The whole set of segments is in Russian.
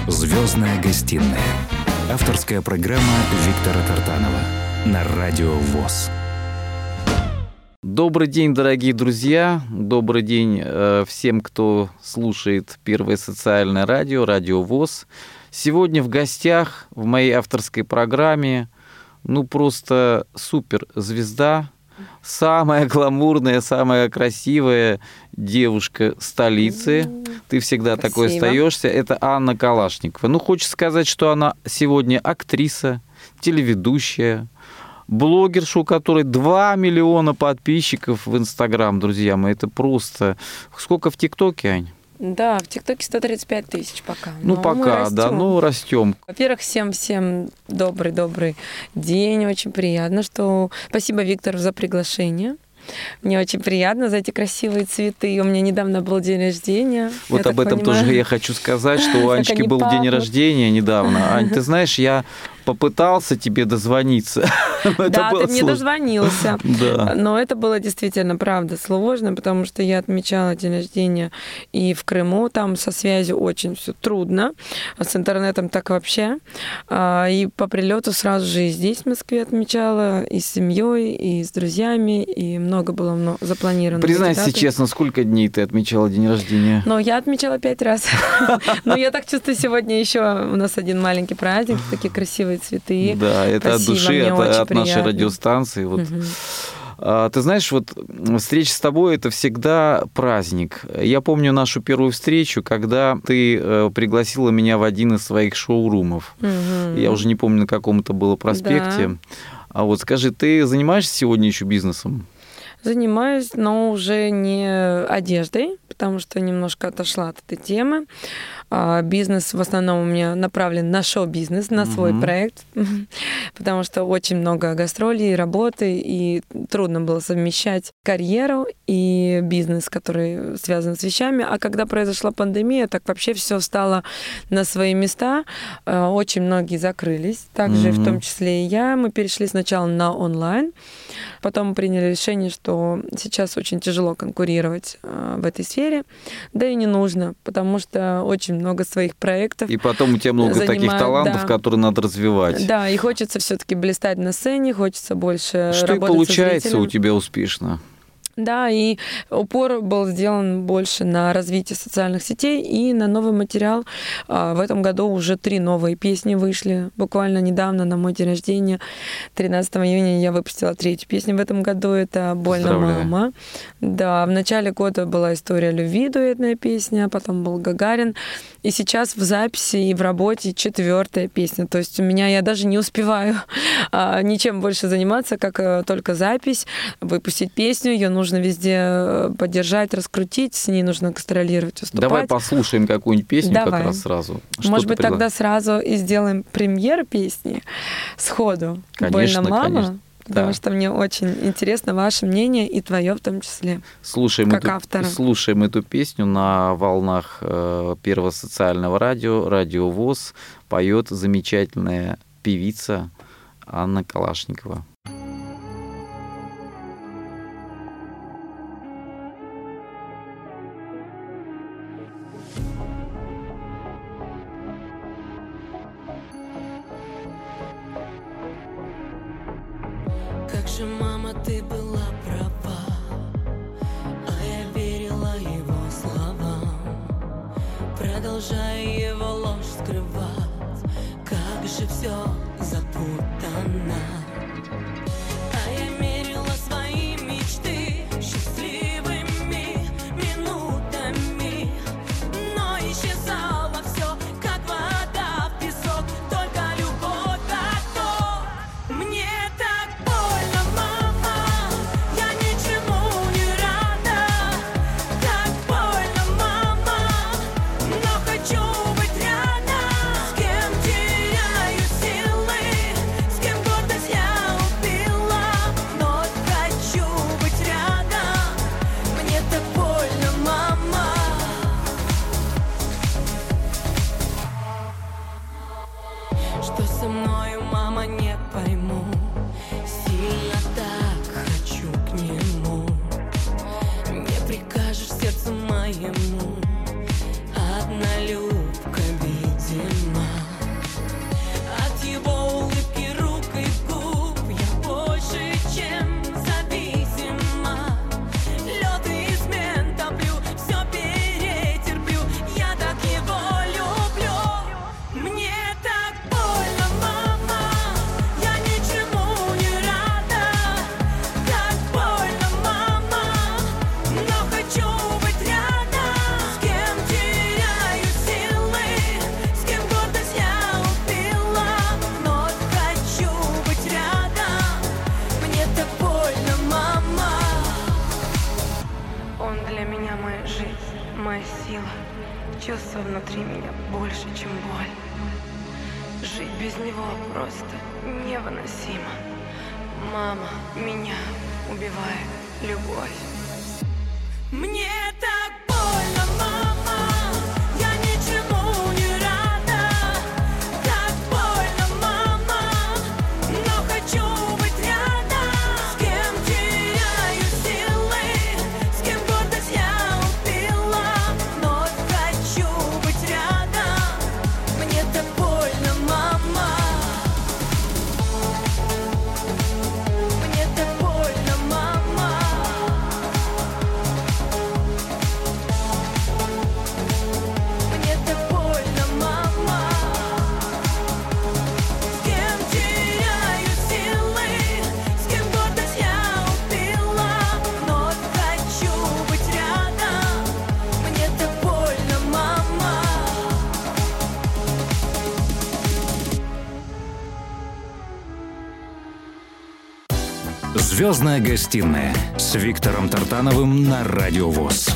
«Звездная гостиная». Авторская программа Виктора Тартанова на Радио ВОС. Добрый день, дорогие друзья. Добрый день всем, кто слушает Первое социальное радио, Радио ВОС. Сегодня в гостях в моей авторской программе просто суперзвезда, самая гламурная, самая красивая девушка столицы. Ты всегда Спасибо. такой остаешься. Это Анна Калашникова. Хочется сказать, что она сегодня актриса, телеведущая, блогерша, у которой 2 миллиона подписчиков в Инстаграм, друзья мои. Это просто... Сколько в ТикТоке, Ань? Да, в ТикТоке 135 тысяч пока. Пока, да, растем. Во-первых, всем добрый день. Очень приятно, что... Спасибо, Виктор, за приглашение. Мне очень приятно за эти красивые цветы. У меня недавно был день рождения. Вот об этом тоже я хочу сказать, что у Анечки был день рождения недавно. Ань, ты знаешь, я попытался тебе дозвониться. Да, ты мне дозвонился. Да. Но это было действительно, правда, сложно, потому что я отмечала день рождения и в Крыму. Там со связью очень все трудно. А с интернетом так вообще. И по прилету сразу же и здесь, в Москве, отмечала. И с семьей, и с друзьями. И много было запланировано. Признайся честно, сколько дней ты отмечала день рождения? Я отмечала 5 раз. Но я так чувствую, сегодня еще у нас один маленький праздник, такие красивые цветы. Да, это спасибо, от души, это от нашей радиостанции. Ты знаешь, встреча с тобой – это всегда праздник. Я помню нашу первую встречу, когда ты пригласила меня в один из своих шоурумов. Я уже не помню, на каком это было проспекте. Да. Скажи, ты занимаешься сегодня еще бизнесом? Занимаюсь, но уже не одеждой, потому что немножко отошла от этой темы. Бизнес в основном у меня направлен на шоу-бизнес, на свой проект, потому что очень много гастролей, работы, и трудно было совмещать карьеру и бизнес, который связан с вещами. А когда произошла пандемия, так вообще все встало на свои места. Очень многие закрылись, также в том числе и я. Мы перешли сначала на онлайн, потом приняли решение, что сейчас очень тяжело конкурировать в этой сфере, да и не нужно, потому что очень много своих проектов. И потом у тебя много таких талантов, которые надо развивать. Да, и хочется все-таки блистать на сцене, хочется больше что работать получается со зрителем. У тебя успешно? Да, и упор был сделан больше на развитие социальных сетей и на новый материал. В этом году уже 3 новые песни вышли. Буквально недавно, на мой день рождения, 13 июня, я выпустила 3-ю песню в этом году. Это «Больно, мама». Да, в начале года была «История любви», дуэтная песня, потом был «Гагарин». И сейчас в записи и в работе 4-я песня. То есть я даже не успеваю ничем больше заниматься, как только запись, выпустить песню, ее нужно везде поддержать, раскрутить, с ней нужно гастролировать, выступать. Давай послушаем какую-нибудь песню как раз сразу. Может быть, тогда сразу и сделаем премьеру песни сходу. Конечно, «Больно, мама». конечно. Потому что мне очень интересно ваше мнение и твое в том числе. Слушаем эту песню на волнах Первого социального радио, Радио ВОС. Поет замечательная певица Анна Калашникова. Как же, мама, ты была права, а я верила его словам, продолжая его ложь скрывать. Как же все запутано. А я мерила свои мечты счастливыми минутами, но исчезало все, как вода в песок. Только любовь, так то мне так больно, мама. Я ничему не рада. Так больно, мама, но хочу быть рядом. С кем теряю силы, с кем гордость я убила. Вновь хочу быть рядом. Мне так больно, мама. Что со мною, мама, не пойму. Сильно так хочу к нему. Не прикажешь сердцу моему. Одна любка, видимо. чувство внутри меня больше, чем боль. Жить без него просто невыносимо. Мама, меня убивает любовь. Мне так больно, мама, я ничему не рада. Так больно, мама, но хочу быть рядом. С кем теряю силы, с кем гордость я убила. Но хочу быть рядом. Мне так больно, мама. Мне так больно, мама. Мне так больно, мама. С кем теряю силы, с кем гордость я убила. Но хочу быть рядом. Мне так больно, мама. Звездная гостиная с Виктором Тартановым на Радио ВОС.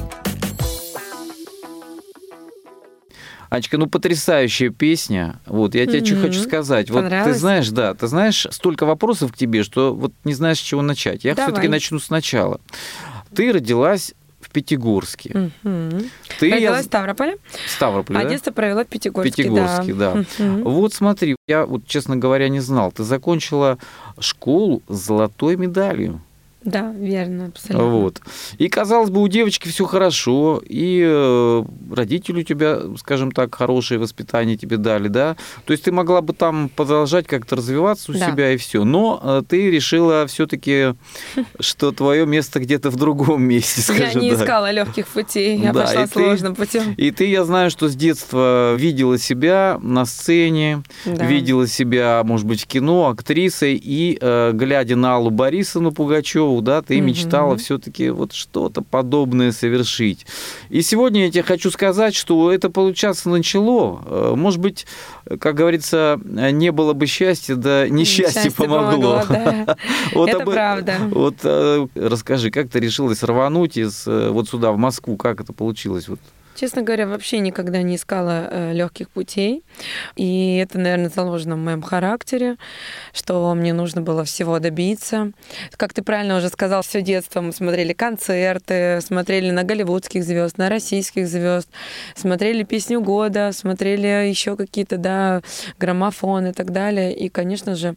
Анечка, ну потрясающая песня. Вот, я тебе что хочу сказать. Вот ты Понравилось? знаешь, да, ты знаешь, столько вопросов к тебе, что вот не знаешь, с чего начать. Я Давай. все-таки начну сначала. Ты родилась в Пятигорске. Мгм. Ты Родилась в Ставрополе, в Ставрополе, а да? детство провела в Пятигорске. Пятигорске, да. Мгм. Вот смотри, я вот, честно говоря, не знал. Ты закончила школу с золотой медалью. Да, верно, абсолютно. Вот. И, казалось бы, у девочки все хорошо, и родители у тебя, скажем так, хорошее воспитание тебе дали, да? То есть ты могла бы там продолжать как-то развиваться у Да. себя и все. Но ты решила все-таки, что твое место где-то в другом месте, Я скажем не так. искала легких путей, я Да, пошла и ты- сложным путем. И ты, я знаю, что с детства видела себя на сцене, Да. видела себя, может быть, в кино, актрисой, и, глядя на Аллу Борисовну Пугачеву, да, ты Мгм. мечтала все-таки вот что-то подобное совершить. И сегодня я тебе хочу сказать, что это получаться начало. Может быть, как говорится, не было бы счастья, да несчастье помогло. Да. Вот Это об- правда. Вот расскажи, как ты решилась рвануть вот сюда, в Москву, как это получилось? Вот. Честно говоря, вообще никогда не искала легких путей. И это, наверное, заложено в моем характере, что мне нужно было всего добиться. Как ты правильно уже сказал, все детство мы смотрели концерты, смотрели на голливудских звезд, на российских звезд, смотрели песню года, смотрели еще какие-то, да, граммофон и так далее. И, конечно же,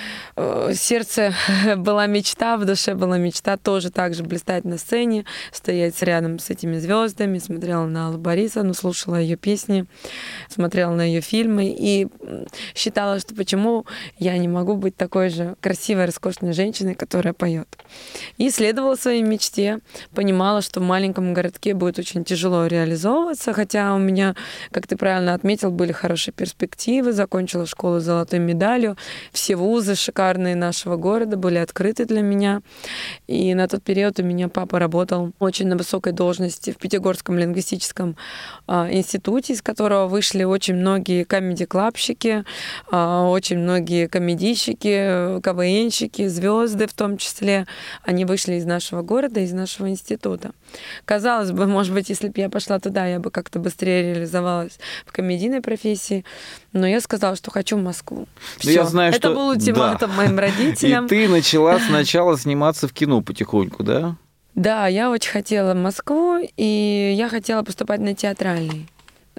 в сердце была мечта, в душе была мечта тоже так же блистать на сцене, стоять рядом с этими звездами, смотрела на Аллу Борисовну, слушала ее песни, смотрела на ее фильмы и считала, что почему я не могу быть такой же красивой, роскошной женщиной, которая поет. И следовала своей мечте, понимала, что в маленьком городке будет очень тяжело реализовываться, хотя у меня, как ты правильно отметил, были хорошие перспективы, закончила школу с золотой медалью, все вузы шикарные нашего города были открыты для меня. И на тот период у меня папа работал очень на высокой должности в Пятигорском лингвистическом институте, из которого вышли очень многие комеди-клабщики, очень многие комедийщики, КВНщики, звезды в том числе. Они вышли из нашего города, из нашего института. Казалось бы, может быть, если бы я пошла туда, я бы как-то быстрее реализовалась в комедийной профессии. Но я сказала, что хочу в Москву. Ну, я Всё. знаю, Это что- был ультиматум моим родителям. И ты начала сначала сниматься в кино потихоньку, да? Да, я очень хотела в Москву, и я хотела поступать на театральный.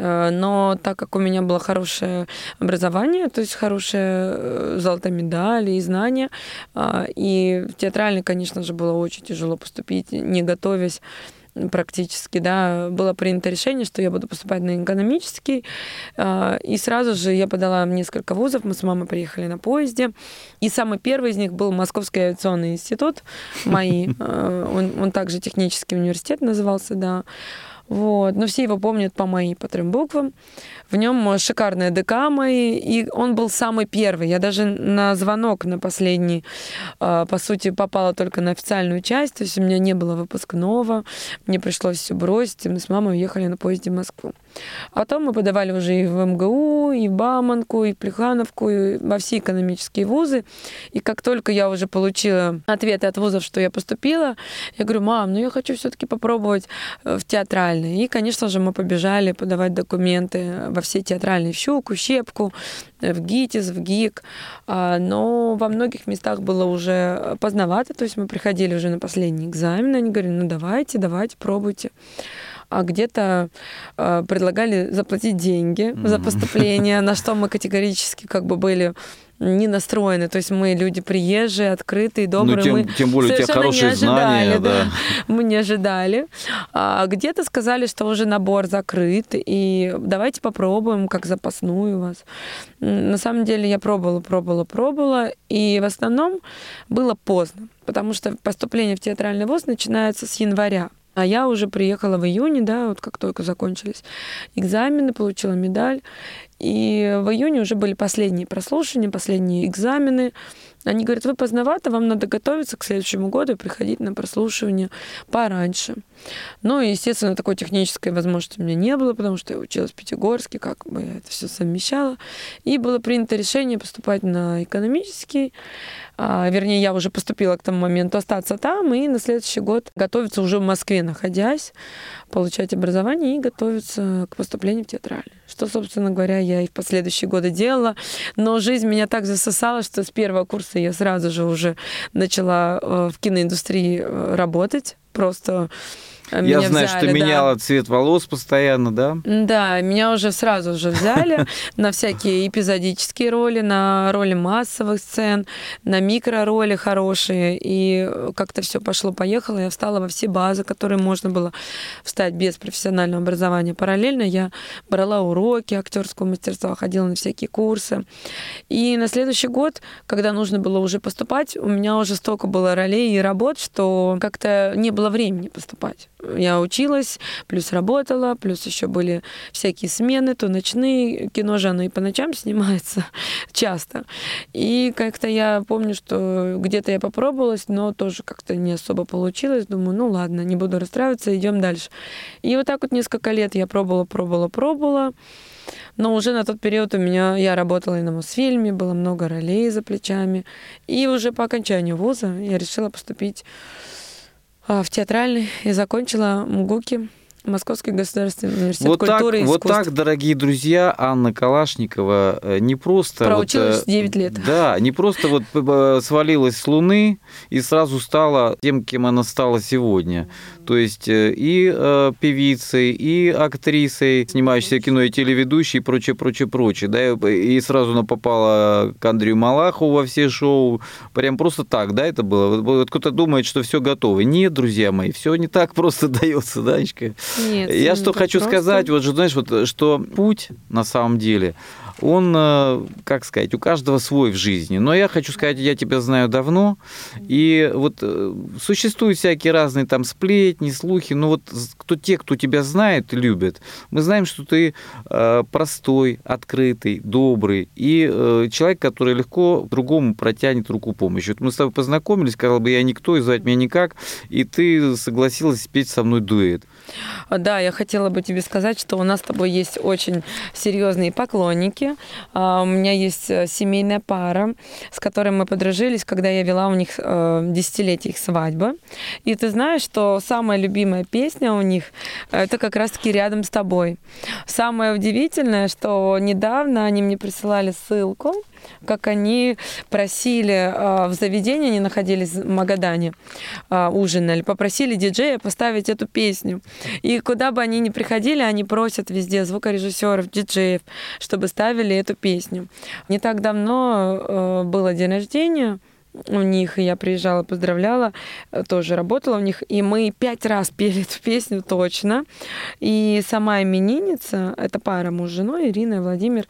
Но так как у меня было хорошее образование, то есть хорошая золотая медаль и знания, и в театральный, конечно же, было очень тяжело поступить, не готовясь практически, да, было принято решение, что я буду поступать на экономический, и сразу же я подала в несколько вузов, мы с мамой приехали на поезде, и самый первый из них был Московский авиационный институт, МАИ, он также технический университет назывался, да. Вот. Но все его помнят по МАИ, по 3 буквам. В нем шикарная ДК МАИ, и он был самый первый. Я даже на звонок, на последний, по сути, попала только на официальную часть, то есть у меня не было выпускного, мне пришлось все бросить, и мы с мамой уехали на поезде в Москву. А потом мы подавали уже и в МГУ, и в Бауманку, и в Плехановку, и во все экономические вузы. И как только я уже получила ответы от вузов, что я поступила, я говорю: мам, ну я хочу все-таки попробовать в театральный. И, конечно же, мы побежали подавать документы во все театральные, в Щуку, Щепку, в ГИТИС, в ГИК. Но во многих местах было уже поздновато, то есть мы приходили уже на последний экзамен, они говорили: ну давайте, пробуйте. А где-то предлагали заплатить деньги за поступление, на что мы категорически как бы были не настроены. То есть мы люди приезжие, открытые, добрые. Ну, тем более у тебя хорошие знания. Да. Мы не ожидали. А где-то сказали, что уже набор закрыт, и давайте попробуем, как запасную вас. На самом деле я пробовала, и в основном было поздно, потому что поступление в театральный вуз начинается с января. А я уже приехала в июне, да, вот как только закончились экзамены, получила медаль. И в июне уже были последние прослушивания, последние экзамены. Они говорят: вы поздновато, вам надо готовиться к следующему году и приходить на прослушивание пораньше. Ну, и, естественно, такой технической возможности у меня не было, потому что я училась в Пятигорске, как бы я это все совмещала. И было принято решение поступать на экономический. Вернее, я уже поступила к тому моменту остаться там, и на следующий год готовиться уже в Москве, находясь, получать образование и готовиться к поступлению в театральный. Что, собственно говоря, я и в последующие годы делала. Но жизнь меня так засосала, что с первого курса я сразу же уже начала в киноиндустрии работать. Просто я знаю, взяли, что ты меняла цвет волос постоянно, да? Да, меня уже сразу же взяли на всякие эпизодические роли, на роли массовых сцен, на микророли хорошие. И как-то все пошло-поехало. Я встала во все базы, которые можно было встать без профессионального образования. Параллельно я брала уроки актерского мастерства, ходила на всякие курсы. И на следующий год, когда нужно было уже поступать, у меня уже столько было ролей и работ, что как-то не было времени поступать. Я училась, плюс работала, плюс еще были всякие смены, то ночные. Кино же оно и по ночам снимается часто. И как-то я помню, что где-то я попробовалась, но тоже как-то не особо получилось. Думаю, ну ладно, не буду расстраиваться, идем дальше. И вот так вот несколько лет я пробовала. Но уже на тот период я работала и на Мосфильме, было много ролей за плечами. И уже по окончанию вуза я решила поступить в театральный и закончила МГУКи, Московский государственный университет культуры и искусств. Вот так, дорогие друзья, Анна Калашникова не просто... Проучилась 9 лет. Да, не просто вот свалилась с Луны и сразу стала тем, кем она стала сегодня. То есть и певицей, и актрисой, снимающейся кино, и телеведущей, и прочее. Да, и сразу она попала к Андрею Малахову во все шоу. Прям просто так, да, это было? Вот кто-то думает, что все готово. Нет, друзья мои, все не так просто дается, Данечка. Нет, я что хочу сказать, вот, знаешь, вот, что путь на самом деле, он, как сказать, у каждого свой в жизни. Но я хочу сказать, я тебя знаю давно, и вот существуют всякие разные там сплетни, слухи, но вот те, кто тебя знает и любит, мы знаем, что ты простой, открытый, добрый и человек, который легко другому протянет руку помощи. Вот мы с тобой познакомились, сказал бы, я никто, и звать меня никак, и ты согласилась спеть со мной дуэт. Да, я хотела бы тебе сказать, что у нас с тобой есть очень серьезные поклонники. У меня есть семейная пара, с которой мы подружились, когда я вела у них десятилетие их свадьбы. И ты знаешь, что самая любимая песня у них — это как раз-таки «Рядом с тобой». Самое удивительное, что недавно они мне присылали ссылку, как они просили в заведении, они находились в Магадане, ужинали, попросили диджея поставить эту песню. И куда бы они ни приходили, они просят везде звукорежиссеров, диджеев, чтобы ставили эту песню. Не так давно было день рождения у них, и я приезжала, поздравляла, тоже работала у них, и мы 5 раз пели эту песню точно. И сама именинница, это пара муж с женой, Ирина и Владимир,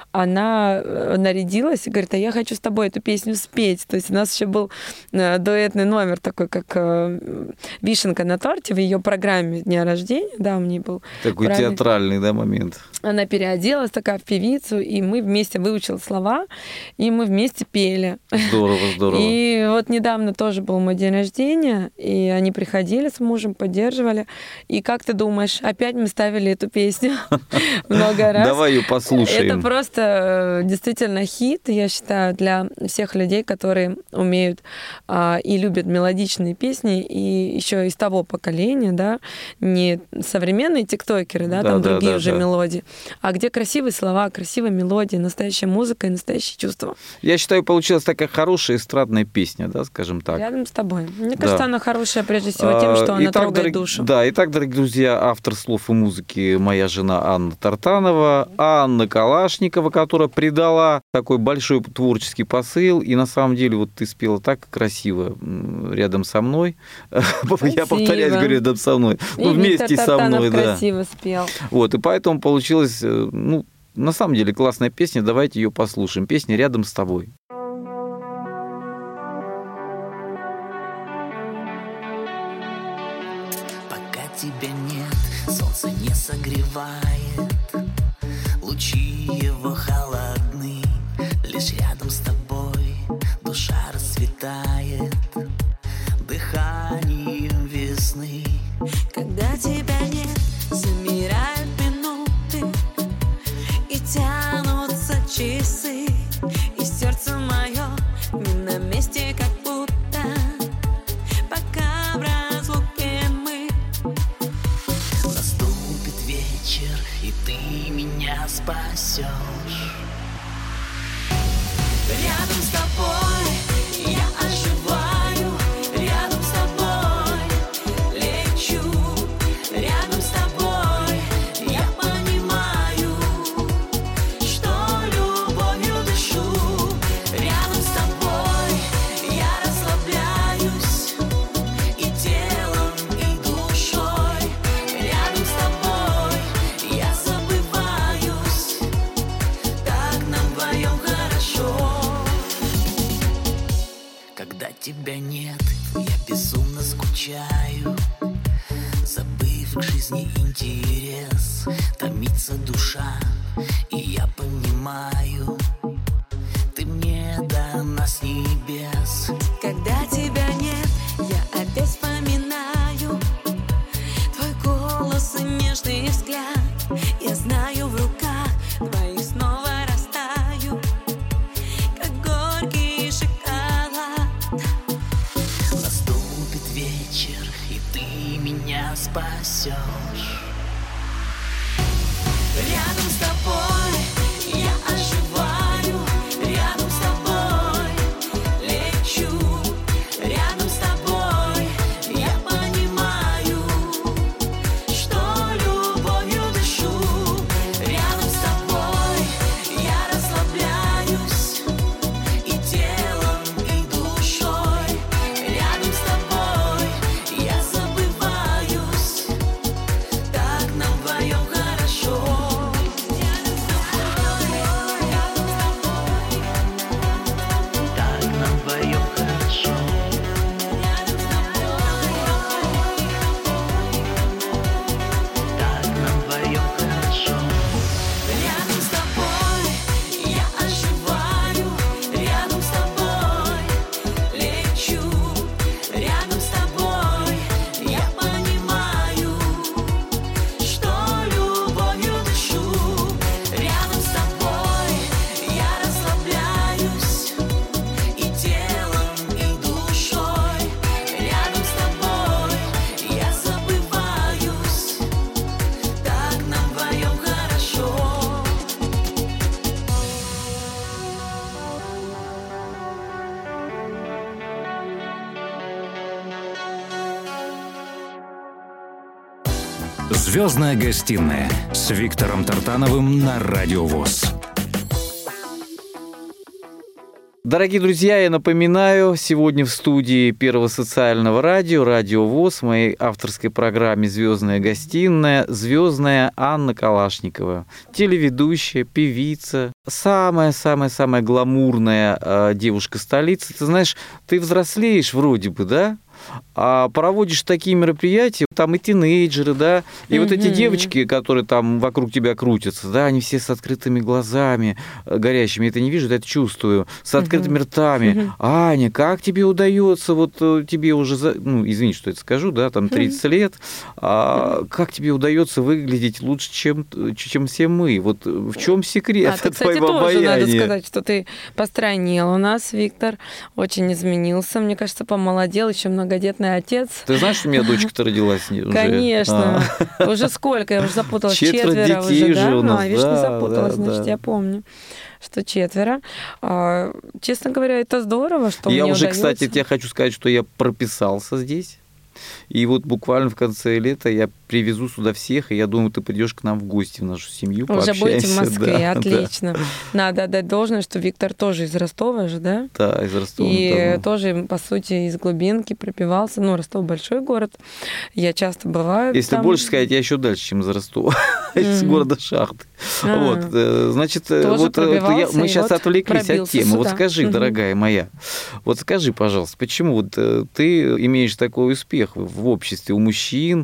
она нарядилась и говорит: а я хочу с тобой эту песню спеть. То есть у нас еще был дуэтный номер такой, как вишенка на торте в ее программе дня рождения, да, у нее был такой театральный, да, момент. Она переоделась такая в певицу, и мы вместе выучили слова, и мы вместе пели. Здорово. И вот недавно тоже был мой день рождения, и они приходили с мужем, поддерживали. И как ты думаешь, опять мы ставили эту песню много раз. Давай ее послушаем. Это просто действительно хит, я считаю, для всех людей, которые умеют и любят мелодичные песни, и еще из того поколения, да, не современные тиктокеры, да, там другие уже мелодии, а где красивые слова, красивая мелодия, настоящая музыка и настоящие чувства. Я считаю, получилась такая хорошая эстрадная песня, да, скажем так. Рядом с тобой. Мне кажется, она хорошая прежде всего тем, что она трогает душу. Да, итак, дорогие друзья, автор слов и музыки моя жена Анна Тартанова, Анна Калашникова, которая придала такой большой творческий посыл, и на самом деле вот ты спела так красиво рядом со мной. Спасибо. Я повторяюсь, говорю, рядом со мной. И вместе Виктор со мной, Тартанов красиво спел. Вот, и поэтому получилось, ну, на самом деле классная песня, давайте ее послушаем. Песня «Рядом с тобой». Пока тебя нет, солнце не согревает, лучи его холодны, лишь рядом с тобой душа расцветает дыханием весны. Когда тебя нет, замирают минуты и тянутся часы, и сердце мое не на месте, как будто пока в разлуке мы. Наступит вечер, и ты меня спасешь. Рядом с тобой я оживаю, рядом с тобой лечу, рядом с тобой я понимаю, что любовью дышу. Рядом с тобой я расслабляюсь и телом, и душой. Рядом с тобой я забываюсь, так нам вдвоем хорошо. Когда тебя нет, я безумно скучаю, забыв к жизни интерес, томится душа, и я понимаю, ты мне дана с небес. Когда тебя нет, я опять вспоминаю твой голос и нежный взгляд. Я знаю, в руках твоих снова растаю, как горький шоколад. Наступит вечер, и ты меня спасешь. Рядом с тобой я оживаю, рядом с тобой лечу, рядом с тобой я понимаю, что любовью дышу. Рядом с тобой я расслабляюсь и телом, и душой. Рядом с тобой я забываюсь, так нам вдвоем хорошо. Рядом с тобой, рядом с тобой, Так нам вдвоем хорошо. рядом с Так нам вдвоем хорошо. Рядом с тобой я оживаю, рядом с тобой лечу, рядом с тобой я понимаю, что любовью дышу. Рядом с тобой я расслабляюсь и телом, и душой. Рядом с тобой я забываюсь, так нам вдвоем хорошо. Звездная гостиная с Виктором Тартановым на Радио ВОС. Дорогие друзья, я напоминаю, сегодня в студии Первого социального радио, Радио ВОС, в моей авторской программе «Звездная гостиная», звездная Анна Калашникова, телеведущая, певица, самая-самая-самая гламурная девушка столицы. Ты знаешь, ты взрослеешь вроде бы, да? А проводишь такие мероприятия, там и тинейджеры, да, и вот эти девочки, которые там вокруг тебя крутятся, да, они все с открытыми глазами, горящими, я это не вижу, я это чувствую, с открытыми ртами. Аня, как тебе удается, вот тебе уже, ну, извини, что это скажу, да, там 30 лет, как тебе удается выглядеть лучше, чем все мы? Вот в чем секрет ты, кстати, твоего тоже обаяния? надо сказать, что ты постройнел у нас, Виктор, очень изменился, мне кажется, помолодел, еще многодетный отец. Ты знаешь, что у меня дочка-то родилась уже? Конечно. Уже сколько? Я уже запуталась. 4 Четверо детей уже, да? у нас, Ну, видишь, не да, запуталась, да, значит, да. я помню, что 4. Честно говоря, это здорово, что Я мне уже, удается. кстати, тебе хочу сказать, что я прописался здесь. И вот буквально в конце лета я привезу сюда всех, и я думаю, ты придешь к нам в гости в нашу семью, Уже будете в пообщаемся. Москве, Да, отлично. Надо отдать должное, что Виктор тоже из Ростова же, да? Да, из Ростова. И тоже, по сути, из глубинки пропивался. Ну, Ростов большой город. Я часто бываю. Если там. больше сказать, я еще дальше, чем из Ростова, из города Шахты. Вот, значит, вот мы сейчас отвлеклись от темы. Вот скажи, дорогая моя, вот скажи, пожалуйста, почему вот ты имеешь такой успех в обществе у мужчин,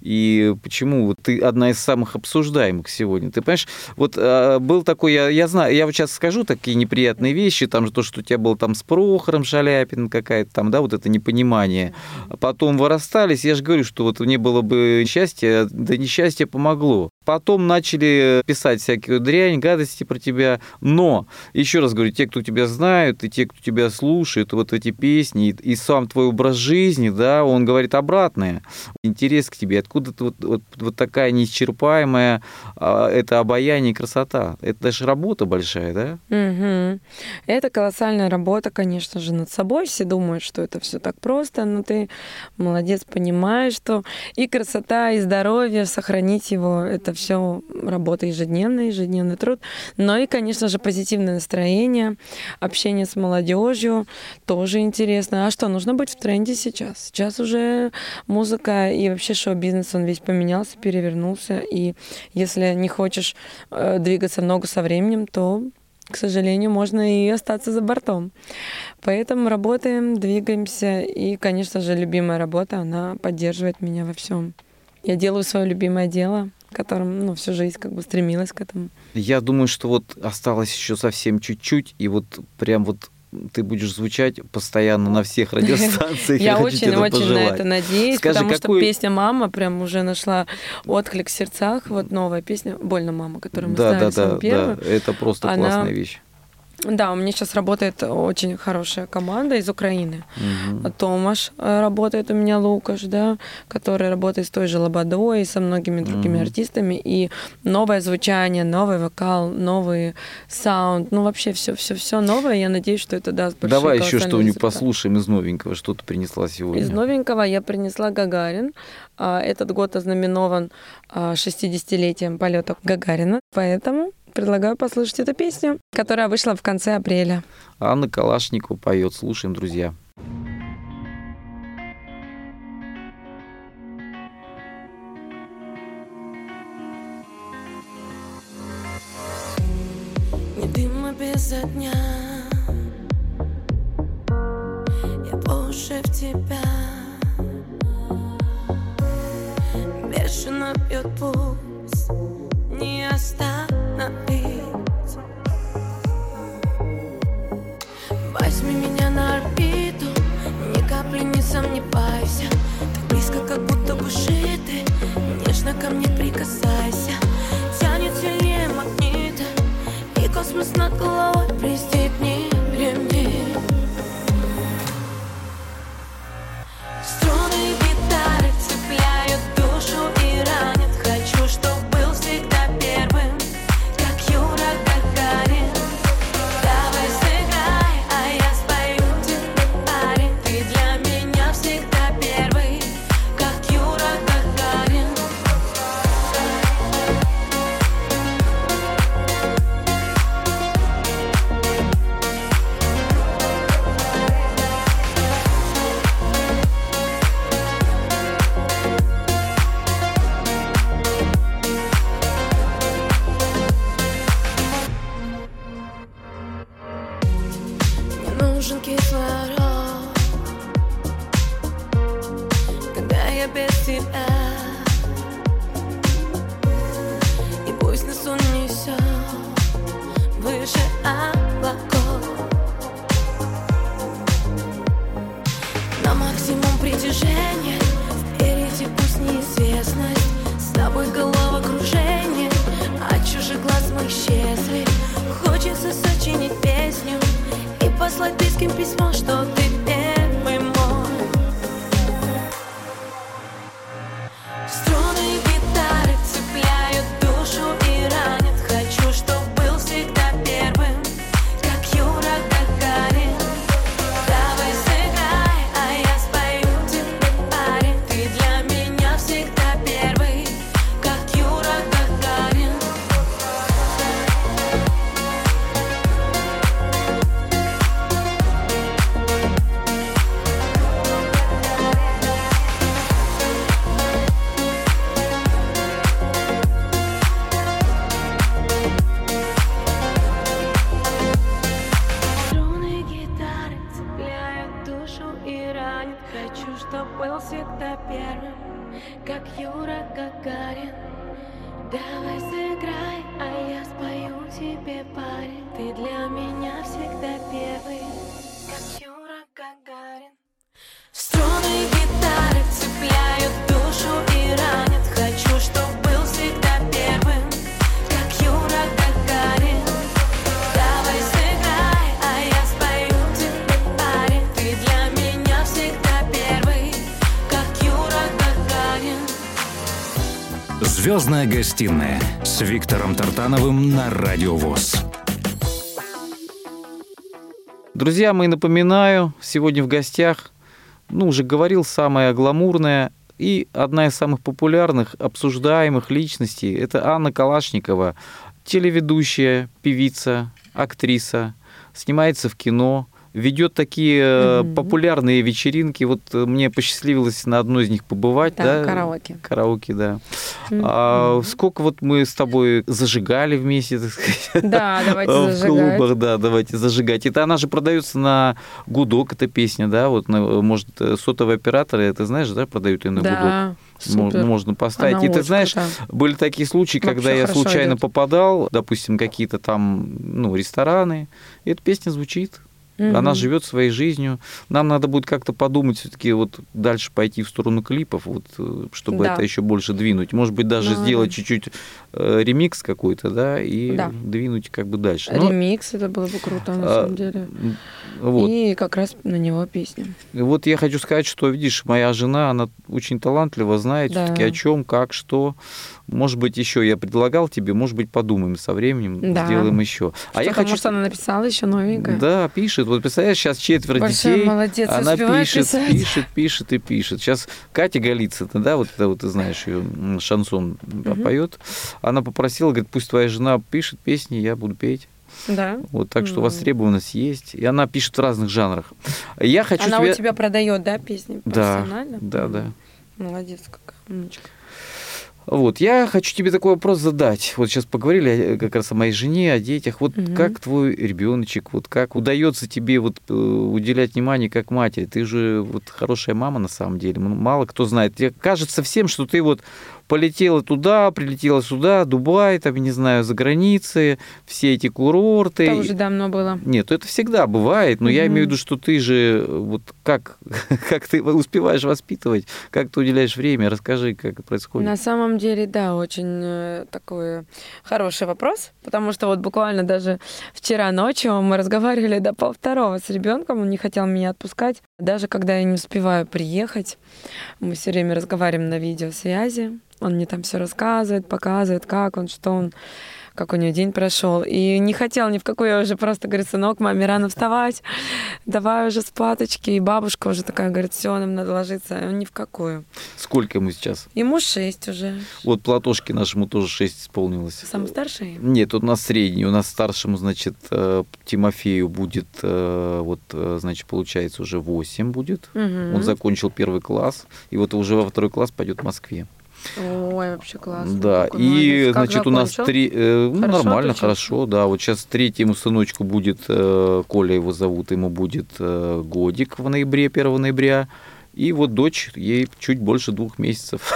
и почему вот ты одна из самых обсуждаемых сегодня? Ты понимаешь, вот был такой, я знаю, я вот сейчас скажу такие неприятные вещи, там же то, что у тебя было там с Прохором Шаляпиным какая-то там, да, вот это непонимание. Потом вы расстались, я же говорю, что вот не было бы счастья, да несчастье помогло. Потом начали писать всякую дрянь, гадости про тебя. Но, еще раз говорю, те, кто тебя знают, и те, кто тебя слушает, вот эти песни, и сам твой образ жизни, да, он говорит обратное. Интерес к тебе, откуда-то вот такая неисчерпаемая, это обаяние и красота. Это даже работа большая, да? Угу. Это колоссальная работа, конечно же, над собой. Все думают, что это все так просто, но ты молодец, понимаешь, что и красота, и здоровье, сохранить его, это все работа ежедневная, ежедневный труд. Но и, конечно же, позитивное настроение, общение с молодежью тоже интересно. А что, нужно быть в тренде сейчас? Сейчас уже музыка и вообще шоу-бизнес, он весь поменялся, перевернулся. И если не хочешь двигаться в ногу со временем, то, к сожалению, можно и остаться за бортом. Поэтому работаем, двигаемся. И, конечно же, любимая работа, она поддерживает меня во всем. Я делаю свое любимое дело, которым, всю жизнь как бы стремилась к этому. Я думаю, что вот осталось еще совсем чуть-чуть, и вот прям вот ты будешь звучать постоянно на всех радиостанциях. Я очень-очень на это надеюсь, Скажи, потому что песня «Мама» прям уже нашла отклик в сердцах. Вот новая песня «Больно, мама», которую мы ставили самую первую. Да, это просто классная вещь. Да, у меня сейчас работает очень хорошая команда из Украины. Томаш работает у меня, Лукаш, да, который работает с той же Лободой и со многими другими артистами. И новое звучание, новый вокал, новый саунд, вообще все новое. Я надеюсь, что это даст большой Давай еще что-нибудь результат. послушаем из новенького, что ты принесла сегодня. Из новенького я принесла «Гагарин». Этот год ознаменован 60-летием полета Гагарина, поэтому предлагаю послушать эту песню, которая вышла в конце апреля. Анна Калашникова поет. Слушаем, друзья. Ни дыма без огня, я по уши в тебя. Бешено бьет пульс, не остановить. Возьми меня на орбиту, ни капли не сомневайся. Так близко, как будто бы шиты, нежно ко мне прикасайся. Тянет сильнее магнита, и космос над головой пристегни ремни. Струны гитары цепляют душу и ранят. Хочу, чтоб был всегда первым, как Юра Гагарин. Давай сыграй, а я спою тебе, парень. Ты для меня всегда первый, как Юра Гагарин. Мне нужен кислород, когда я мне без тебя. И пусть нас унесет выше облаков. На максимум притяжения, впереди пусть неизвестность. С тобой головокружение, от чужих глаз мы исчезли. Хочется сочинить песню и послать близким письмо, что ты первый мой. Струны гитары цепляют душу и ранят. Хочу, чтоб был всегда первым, как Юра Гагарин. Давай сыграй, а я спою тебе, парень. Ты для меня всегда первый, как Юра Гагарин. Струны гитары цепляют душу и ранят. Хочу, чтоб был всегда первым, как Юра Гагарин. Давай сыграй, а я спою тебе, парень. Ты для меня всегда первый, как Юра Гагарин. Струны гитары цепляют душу и ранят. Хочу, чтоб был всегда первым, как Юра Гагарин. Давай сыграй, а я спою тебе, парень. Ты для меня всегда первый, как Юра Гагарин. Звездная гостиная с Виктором Тартановым на Радио ВОС. Друзья мои, напоминаю, сегодня в гостях, уже говорил, самая гламурная и одна из самых популярных, обсуждаемых личностей – это Анна Калашникова, телеведущая, певица, актриса, снимается в кино, ведет такие популярные вечеринки. Вот мне посчастливилось на одной из них побывать. Да, караоке. Караоке, да. Сколько вот мы с тобой зажигали вместе, так сказать. Да, давайте в зажигать. клубах, да, давайте зажигать. Это она же продается на гудок, эта песня, да, вот, может, сотовые операторы, ты знаешь, да, продают ее на гудок. Да, супер. Можно поставить. Она И ты очень знаешь, крутая. были такие случаи, Вообще когда я хорошо случайно идёт. попадал, допустим, какие-то там, рестораны, и эта песня звучит. Она живет своей жизнью. Нам надо будет как-то подумать, все-таки вот дальше пойти в сторону клипов, вот, чтобы Да. это еще больше двинуть. Может быть, даже сделать чуть-чуть ремикс какой-то, да, и Да. двинуть как бы дальше. Ну, Ремикс, это было бы круто, на самом деле. вот. И как раз на него песня. Вот я хочу сказать, что, видишь, моя жена, она очень талантлива, знает Да. все-таки о чем, как, что. Может быть, еще я предлагал тебе, может быть, подумаем со временем, Да. сделаем еще. А я хочу... Может, она написала еще новенькое? Да, пишет. Вот представляешь, сейчас 4 Большая детей. молодец, Она успевает пишет, писать. пишет и пишет. Сейчас Катя Голицына, да, вот это вот ты знаешь, ее шансон поет. Она попросила, говорит, пусть твоя жена пишет песни, я буду петь. Да. Вот, так что востребованность есть. И она пишет в разных жанрах. Я хочу Она тебе... у тебя продает, да, песни Да, профессионально? да. Молодец какая, умничка. Вот, я хочу тебе такой вопрос задать. Вот сейчас поговорили как раз о моей жене, о детях. Вот как твой ребеночек, вот как удается тебе вот уделять внимание как матери? Ты же вот хорошая мама на самом деле. Мало кто знает. Тебе кажется всем, что ты вот полетела туда, прилетела сюда, Дубай, там, не знаю, за границей, все эти курорты. Это уже давно было. Нет, это всегда бывает, но я имею в виду, что ты же вот как ты успеваешь воспитывать, как ты уделяешь время, расскажи, как это происходит. На самом деле, да, очень такой хороший вопрос, потому что вот буквально даже вчера ночью мы разговаривали до 1:30 с ребенком, он не хотел меня отпускать. Даже когда я не успеваю приехать, мы все время разговариваем на видеосвязи, он мне там все рассказывает, показывает, как он, что он, как у него день прошел. И не хотел ни в какую, я уже просто говорю, сынок, маме рано вставать, давай уже спаточки. И бабушка уже такая говорит, все, нам надо ложиться. А он ни в какую. Сколько ему сейчас? Ему 6 уже. Вот Платошке нашему тоже 6 исполнилось. Самый старший? Нет, у нас средний. У нас старшему, значит, Тимофею будет, значит, получается, уже 8 будет. Он закончил 1 класс. И вот уже во 2 класс пойдет в Москве. Ой, вообще классно. Да, Какой и, молодец. Как значит, у нас закончил? 3... нормально, отучился? хорошо, да. Вот сейчас 3-му сыночку будет, Коля его зовут, ему будет годик в ноябре, 1 ноября. И вот дочь, ей чуть больше 2 месяцев.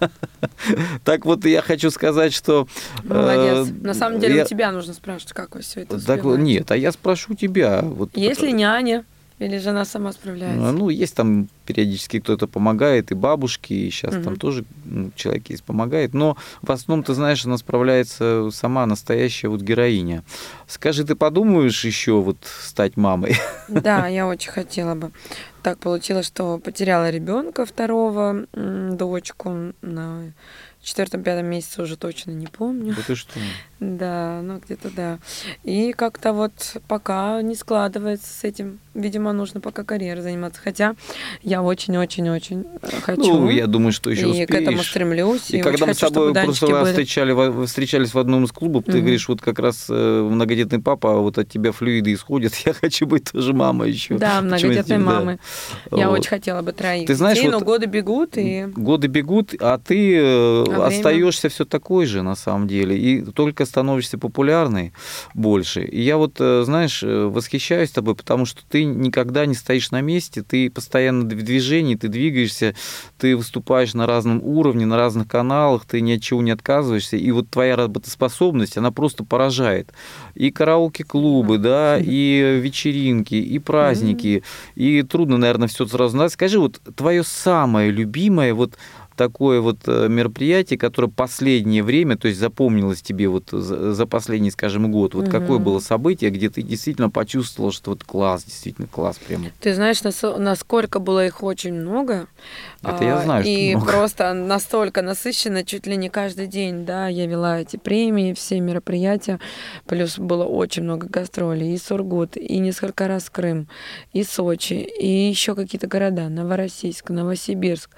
Так вот, я хочу сказать, что... Молодец. На самом деле у тебя нужно спрашивать, как вы все это успеваете. Нет, а я спрошу тебя. Есть ли няня? Или жена сама справляется? Ну, есть там периодически кто-то помогает, и бабушки, и сейчас там тоже человек есть помогает. Но в основном, ты знаешь, она справляется сама, настоящая вот героиня. Скажи, ты подумаешь еще вот стать мамой? Да, я очень хотела бы. Так получилось, что потеряла ребенка второго, дочку на 4-5 месяце, уже точно не помню. Да ты что? Да, ну где-то да. И как-то вот пока не складывается с этим. Видимо, нужно пока карьерой заниматься. Хотя я очень-очень-очень хочу. Ну, я думаю, что еще успеешь. И к этому стремлюсь. И когда мы с тобой просто встречались в одном из клубов, ты говоришь, вот как раз многодетный папа, а вот от тебя флюиды исходят, я хочу быть тоже мамой еще. Да, многодетной мамой. Я очень хотела бы 3 ты знаешь, детей, но годы бегут. Годы бегут, а ты остаешься все такой же, на самом деле. И только становишься популярной больше. И я вот, знаешь, восхищаюсь тобой, потому что ты никогда не стоишь на месте, ты постоянно в движении, ты двигаешься, ты выступаешь на разном уровне, на разных каналах, ты ни от чего не отказываешься. И вот твоя работоспособность, она просто поражает. И караоке-клубы, да, и вечеринки, и праздники. И трудно, наверное, все сразу назвать. Скажи, вот твое самое любимое вот такое вот мероприятие, которое последнее время, то есть запомнилось тебе вот за последний, скажем, год, вот какое было событие, где ты действительно почувствовала, что вот класс, действительно класс прямо. Ты знаешь, насколько было их очень много. Это я знаю, что и много. Просто настолько насыщенно, чуть ли не каждый день, да, я вела эти премии, все мероприятия, плюс было очень много гастролей, и Сургут, и несколько раз Крым, и Сочи, и еще какие-то города, Новороссийск, Новосибирск.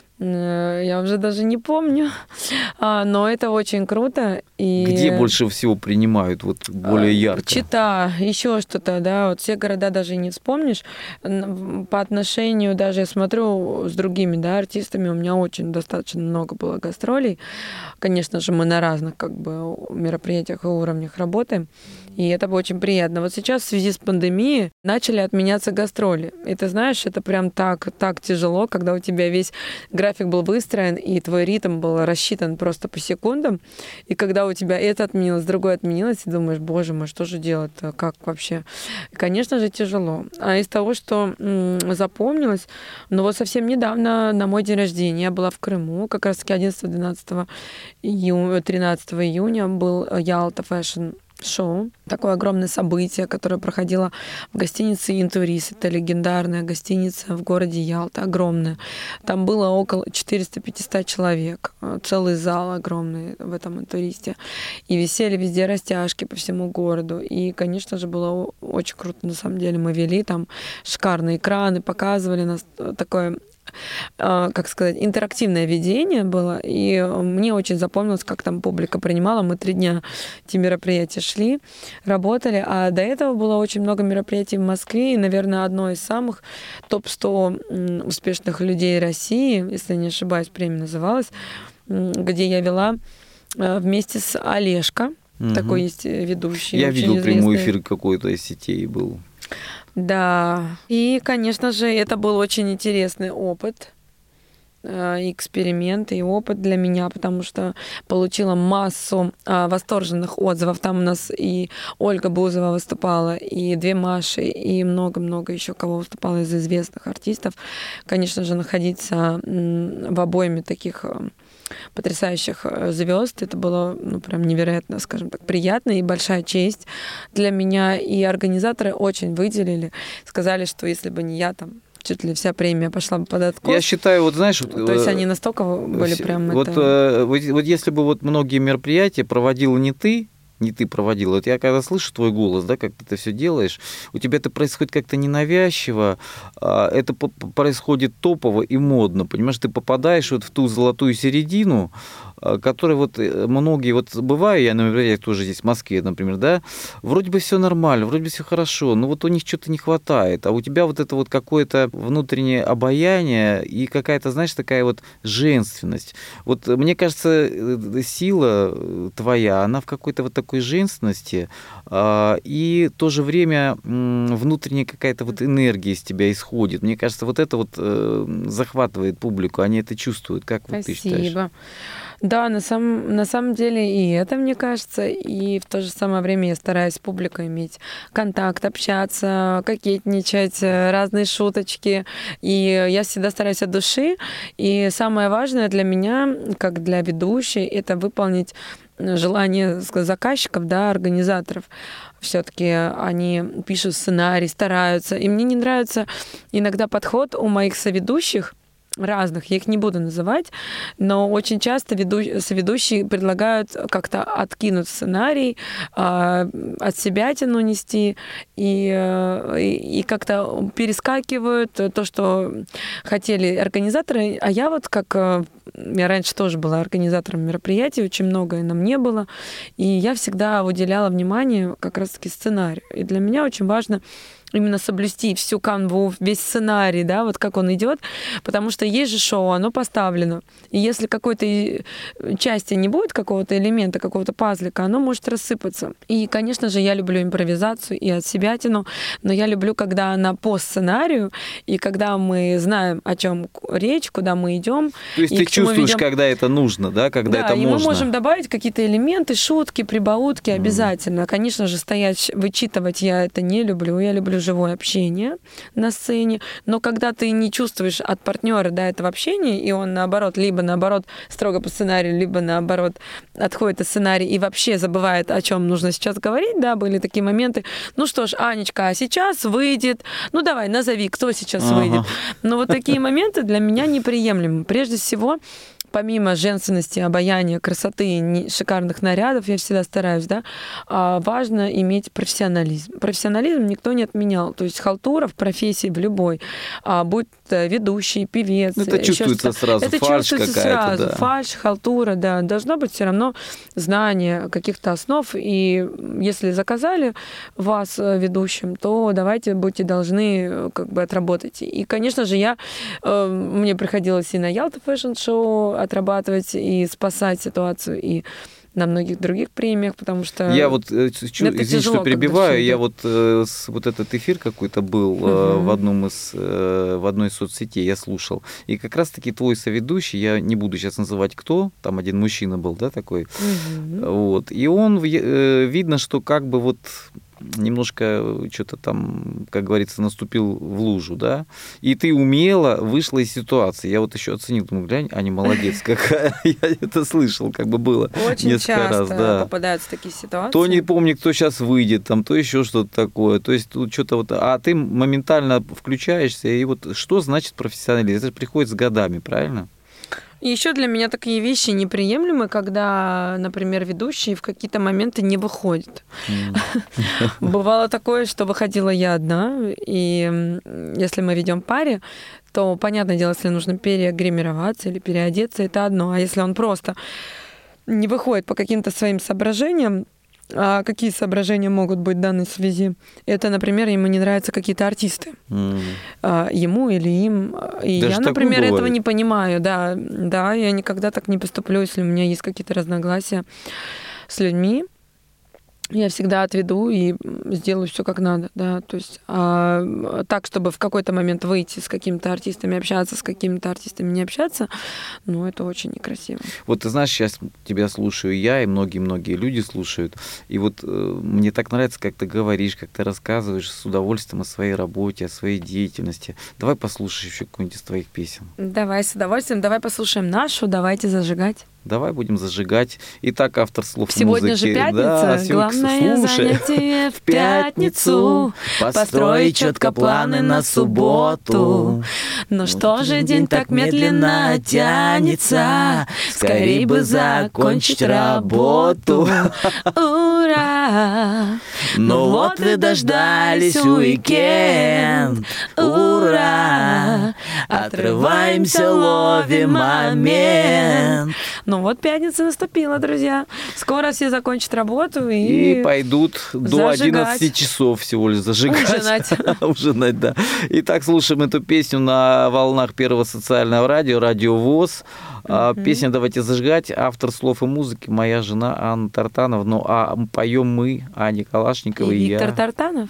Я уже даже не помню, но это очень круто. И где больше всего принимают, вот более ярко? Чита, еще что-то, да, вот все города даже не вспомнишь. По отношению, даже я смотрю с другими, да, артистами, у меня очень достаточно много было гастролей. Конечно же, мы на разных как бы мероприятиях и уровнях работаем, и это было очень приятно. Вот сейчас в связи с пандемией начали отменяться гастроли. И ты знаешь, это прям так тяжело, когда у тебя весь график был выстроен, и твой ритм был рассчитан просто по секундам. И когда у тебя это отменилось, другое отменилось, и думаешь, боже мой, что же делать-то, как вообще? И, конечно же, тяжело. А из того, что запомнилось, ну вот совсем недавно на мой день рождения я была в Крыму, как раз-таки 11-12 13 июня был Ялта Fashion шоу. Такое огромное событие, которое проходило в гостинице «Интурист». Это легендарная гостиница в городе Ялта, огромная. Там было около 400-500 человек. Целый зал огромный в этом «Интуристе». И висели везде растяжки по всему городу. И, конечно же, было очень круто. На самом деле мы вели там шикарные экраны, показывали нас такое, как сказать, интерактивное ведение было, и мне очень запомнилось, как там публика принимала. Мы 3 дня эти мероприятия шли, работали, а до этого было очень много мероприятий в Москве, и, наверное, одно из самых топ-100 успешных людей России, если не ошибаюсь, премия называлась, где я вела вместе с Олежко, такой есть ведущий. Я видел известный. прямой эфир какой-то из сетей был. Да, и, конечно же, это был очень интересный опыт, эксперимент и опыт для меня, потому что получила массу восторженных отзывов. Там у нас и Ольга Бузова выступала, и 2 Маши, и много-много еще кого выступало из известных артистов. Конечно же, находиться в обойме таких потрясающих звезд. Это было, ну, прям невероятно, скажем так, приятно и большая честь для меня. И организаторы очень выделили, сказали, что если бы не я, там чуть ли вся премия пошла бы под откос. Я считаю, вот знаешь... То есть они настолько были прям... Вот если бы вот многие мероприятия проводила не ты проводила. Вот я когда слышу твой голос, да, как ты это все делаешь, у тебя это происходит как-то ненавязчиво, это происходит топово и модно, понимаешь, ты попадаешь вот в ту золотую середину, которые вот многие, вот бываю я, например, я тоже здесь в Москве, например, да, вроде бы все нормально, вроде бы все хорошо, но вот у них что-то не хватает, а у тебя вот это вот какое-то внутреннее обаяние и какая-то, знаешь, такая вот женственность. Вот мне кажется, сила твоя, она в какой-то вот такой женственности, и в то же время внутренняя какая-то вот энергия из тебя исходит. Мне кажется, вот это вот захватывает публику, они это чувствуют. Как вот ты считаешь? Спасибо. Да, на самом деле и это, мне кажется, и в то же самое время я стараюсь с публикой иметь контакт, общаться, кокетничать, разные шуточки. И я всегда стараюсь от души. И самое важное для меня, как для ведущей, это выполнить желание заказчиков, да, организаторов. Все-таки они пишут сценарий, стараются. И мне не нравится иногда подход у моих соведущих, разных, я их не буду называть, но очень часто соведущие предлагают как-то откинуть сценарий, от себя нести и как-то перескакивают то, что хотели организаторы. А я вот я раньше тоже была организатором мероприятий, очень многое нам не было, и я всегда уделяла внимание как раз-таки сценарию. И для меня очень важно именно соблюсти всю канву, весь сценарий, да, вот как он идет, потому что есть же шоу, оно поставлено. И если какой-то части не будет, какого-то элемента, какого-то пазлика, оно может рассыпаться. И, конечно же, я люблю импровизацию и от себя тяну, но я люблю, когда она по сценарию, и когда мы знаем, о чем речь, куда мы идем. То есть ты чувствуешь, когда это нужно, да, когда это можно. Да, и мы можем добавить какие-то элементы, шутки, прибаутки обязательно. Конечно же, стоять, вычитывать я это не люблю. Я люблю живое общение на сцене, но когда ты не чувствуешь от партнера до этого общения, и он либо наоборот строго по сценарию, либо наоборот отходит от сценария и вообще забывает, о чем нужно сейчас говорить, да, были такие моменты. Ну что ж, Анечка, а сейчас выйдет, ну давай, назови, кто сейчас выйдет. Но вот такие моменты для меня неприемлемы. Прежде всего, помимо женственности, обаяния, красоты, шикарных нарядов, я всегда стараюсь, да, важно иметь профессионализм. Профессионализм никто не отменял. То есть халтура в профессии в любой, будь ведущий, певец. Это чувствуется сразу, это фальшь чувствуется какая-то, сразу, да. фальшь, халтура, да. Должно быть все равно знание каких-то основ. И если заказали вас ведущим, то будьте должны отработать. И, конечно же, мне приходилось и на Ялта фэшн-шоу отрабатывать и спасать ситуацию, и на многих других премиях, потому что... Я вот, извините, что перебиваю, я вот этот эфир какой-то был в одной из соцсетей, я слушал, и как раз-таки твой соведущий, я не буду сейчас называть кто, там один мужчина был, да, такой, вот, и он, видно, что как бы вот немножко что-то там, как говорится, наступил в лужу, да, и ты умело вышла из ситуации. Я вот еще оценил, думаю, глянь, Аня молодец какая. Я это слышал, как бы было очень несколько раз. Да. Попадаются такие ситуации. То не помню, кто сейчас выйдет, там, то еще что-то такое. То есть тут что-то вот... А ты моментально включаешься, и вот что значит профессионализм? Это же приходит с годами, правильно? Еще для меня такие вещи неприемлемы, когда, например, ведущий в какие-то моменты не выходит. Бывало такое, что выходила я одна, и если мы ведем паре, то, понятное дело, если нужно перегримироваться или переодеться, это одно. А если он просто не выходит по каким-то своим соображениям, а какие соображения могут быть в данной связи? Это, например, ему не нравятся какие-то артисты. Ему или им. И даже я, например, этого не понимаю. Да, я никогда так не поступлю, если у меня есть какие-то разногласия с людьми. Я всегда отведу и сделаю все как надо, да, то есть так, чтобы в какой-то момент выйти с какими-то артистами общаться, с какими-то артистами не общаться, это очень некрасиво. Вот ты знаешь, сейчас тебя слушаю я, и многие-многие люди слушают, и вот мне так нравится, как ты говоришь, как ты рассказываешь с удовольствием о своей работе, о своей деятельности. Давай послушаем еще какую-нибудь из твоих песен. Давай, с удовольствием. Давай послушаем нашу «Давайте зажигать». Давай будем зажигать. Итак, автор слов сегодня музыки. Сегодня же пятница. Да, главное занятие в пятницу. Построить четко планы на субботу. Но что же день так медленно тянется? Скорей бы закончить работу. Ура! Ну вот и дождались уикенд. Ура! Отрываемся, ловим момент. Ну вот пятница наступила, друзья. Скоро все закончат работу и пойдут до 11 часов всего лишь зажигать. Ужинать, да. Итак, слушаем эту песню на волнах Первого социального радио, Радио ВОС. Песня «Давайте зажигать». Автор слов и музыки моя жена Анна Тартанова. Ну а поем мы, Аня Калашникова и Виктор я. Тартанов.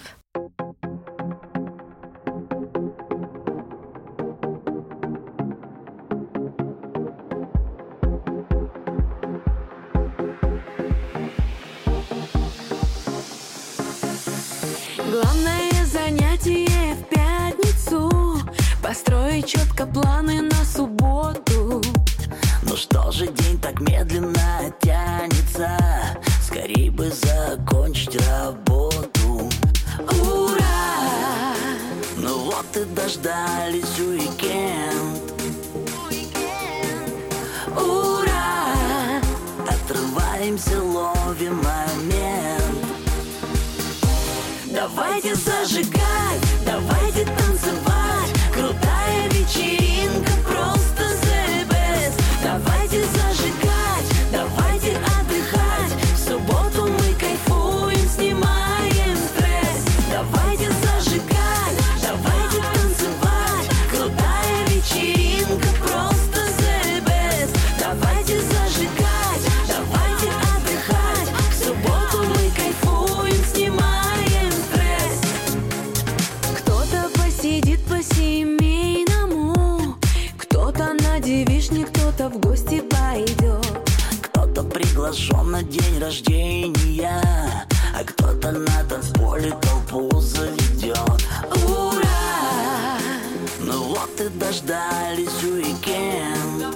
Главное занятие в пятницу — построить четко планы на субботу. Ну что же день так медленно тянется? Скорей бы закончить работу. Ура! Ну вот и дождались уикенд. Ура! Отрываемся, ловим момент. Давайте зажигать, давайте танцевать. Крутая вечеринка, просто the best. Давайте зажигать, давайте отдыхать. В субботу мы кайфуем, снимаем стресс. Давайте зажигать, давайте танцевать. Крутая вечеринка, просто the best. Давайте зажигать, давайте отдыхать. В субботу мы кайфуем, снимаем стресс. Кто-то посидит по-семейному, кто-то на девичник, кто-то в гости пойдет. Кто-то приглашен на день рождения, а кто-то на танцполе толпу заведет. Ура! Ну вот и дождались уикенд.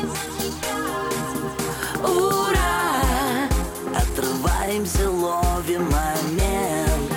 Ура! Отрываемся, ловим момент.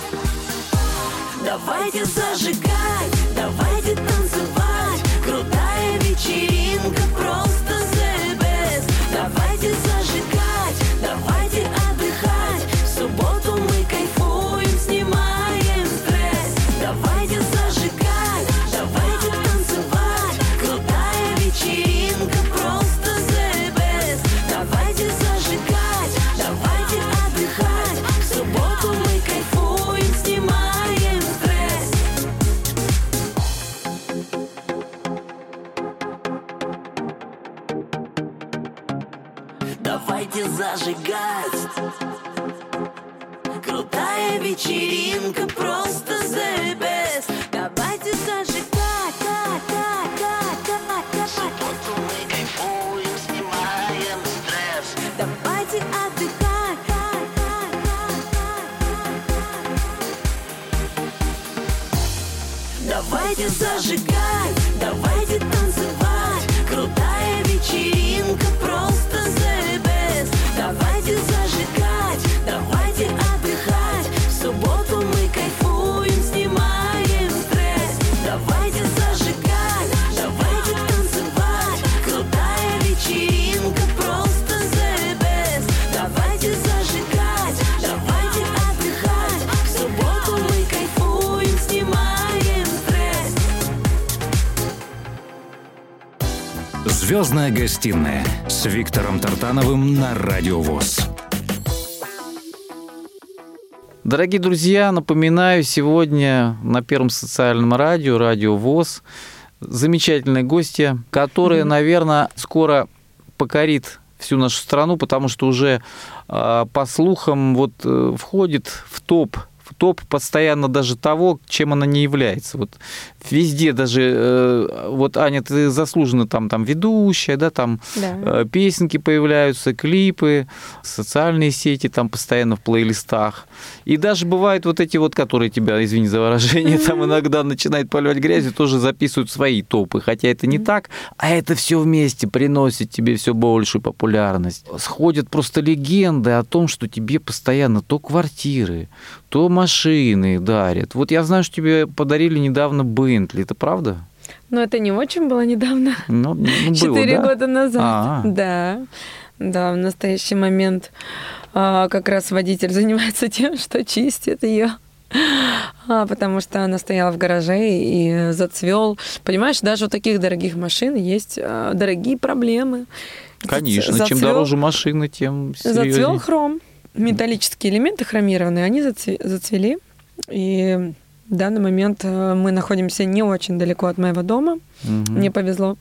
Давайте зажигать, давайте танцевать. Крутая вечеринка, просто the best. Давайте зажигать, давайте отдыхать. В субботу мы кайфуем, снимаем стресс. Давайте зажигать, давайте танцевать. Крутая вечеринка, просто the best. Давайте зажигать, давайте отдыхать. В субботу мы кайфуем, снимаем стресс. Давайте зажигать. Крутая вечеринка, просто the best. Давайте зажигать, Вот мы кайфуем, снимаем стресс. давайте отдыхать. Давайте зажигать, давайте танцевать. Крутая вечеринка, просто the best. Давайте зажигать, давайте отдыхать. В субботу мы кайфуем, снимаем стресс. Давайте зажигать, давайте танцевать. Крутая вечеринка, просто the best. Давайте зажигать, давайте отдыхать. В субботу мы кайфуем, снимаем стресс. Звездная гостиная с Виктором Тартановым на Радио ВОС. Дорогие друзья, напоминаю, сегодня на Первом социальном радио, Радио ВОС, замечательная гостья, которая, наверное, скоро покорит всю нашу страну, потому что уже, по слухам, вот входит в топ постоянно даже того, чем она не является. Вот везде даже, вот, Аня, ты заслуженно там ведущая, да, там Да. песенки появляются, клипы, социальные сети там постоянно в плейлистах. И даже бывают вот эти вот, которые тебя, извини за выражение, там иногда начинают поливать грязью, тоже записывают свои топы. Хотя это не так, а это все вместе приносит тебе все большую популярность. Сходят просто легенды о том, что тебе постоянно то квартиры, то машины дарят. Вот я знаю, что тебе подарили недавно Бентли. Это правда? Но это не очень было недавно. Ну, было, 4 да? года назад. А-а. Да, в настоящий момент как раз водитель занимается тем, что чистит ее. Потому что она стояла в гараже и зацвел. Понимаешь, даже у таких дорогих машин есть дорогие проблемы. Конечно, чем дороже машина, тем серьезнее. Зацвел хром. Металлические элементы хромированные, они зацвели. И в данный момент мы находимся не очень далеко от моего дома. Мне повезло.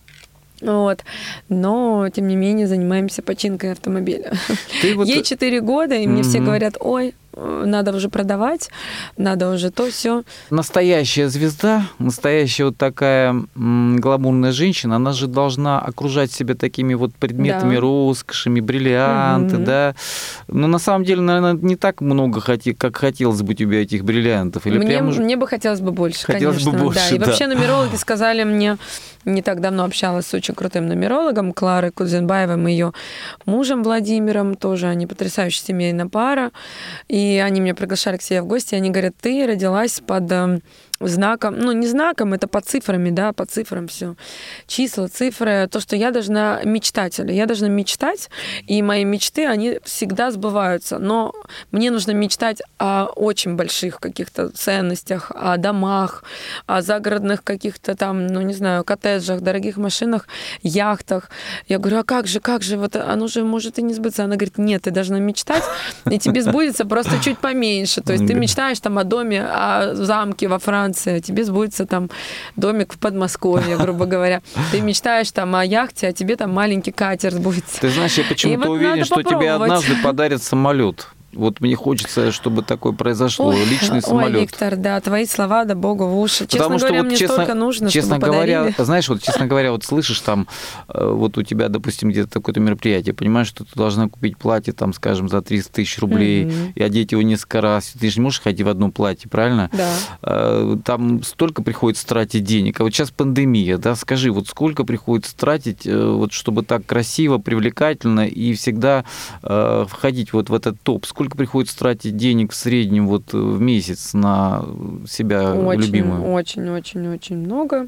Вот. Но, тем не менее, занимаемся починкой автомобиля. Ей 4 года, и мне все говорят: ой, надо уже продавать, надо уже то все. Настоящая звезда, настоящая вот такая гламурная женщина, она же должна окружать себя такими вот предметами роскошами, бриллианты, да. Но на самом деле, наверное, не так много, как хотелось бы у тебя этих бриллиантов. Или мне бы хотелось бы больше, конечно. Да. И вообще нумерологи сказали мне, не так давно общалась с очень крутым нумерологом Кларой Кудзенбаевым и ее мужем Владимиром, тоже они потрясающая семейная пара. И они меня приглашали к себе в гости, и они говорят: ты родилась под знаком, ну, не знаком, это по цифрами, да, по цифрам все. Числа, цифры, то, что я должна мечтатель. Я должна мечтать, и мои мечты, они всегда сбываются. Но мне нужно мечтать о очень больших каких-то ценностях, о домах, о загородных каких-то там, ну, не знаю, коттеджах, дорогих машинах, яхтах. Я говорю: а как же, вот оно же может и не сбыться. Она говорит: нет, ты должна мечтать, и тебе сбудется просто чуть поменьше. То есть ты мечтаешь там о доме, о замке во Франции, а тебе сбудется там домик в Подмосковье, грубо говоря. Ты мечтаешь там о яхте, а тебе там маленький катер сбудется. Ты знаешь, я почему-то уверен, что тебе однажды подарят самолет. Вот мне хочется, чтобы такое произошло. Личный самолет. Ой, Виктор, да, твои слова, да богу в уши. Честно говоря, мне столько нужно, честно чтобы говоря, подарили. знаешь, вот честно говоря, вот слышишь там, вот у тебя, допустим, где-то такое-то мероприятие, понимаешь, что ты должна купить платье, там, скажем, за 300 тысяч рублей и одеть его несколько раз. Ты же не можешь ходить в одном платье, правильно? Да. Там столько приходится тратить денег. А вот сейчас пандемия, да, скажи, вот сколько приходится тратить, вот чтобы так красиво, привлекательно и всегда входить вот в этот топ? Сколько приходится тратить денег в среднем вот в месяц на себя любимую? Очень много.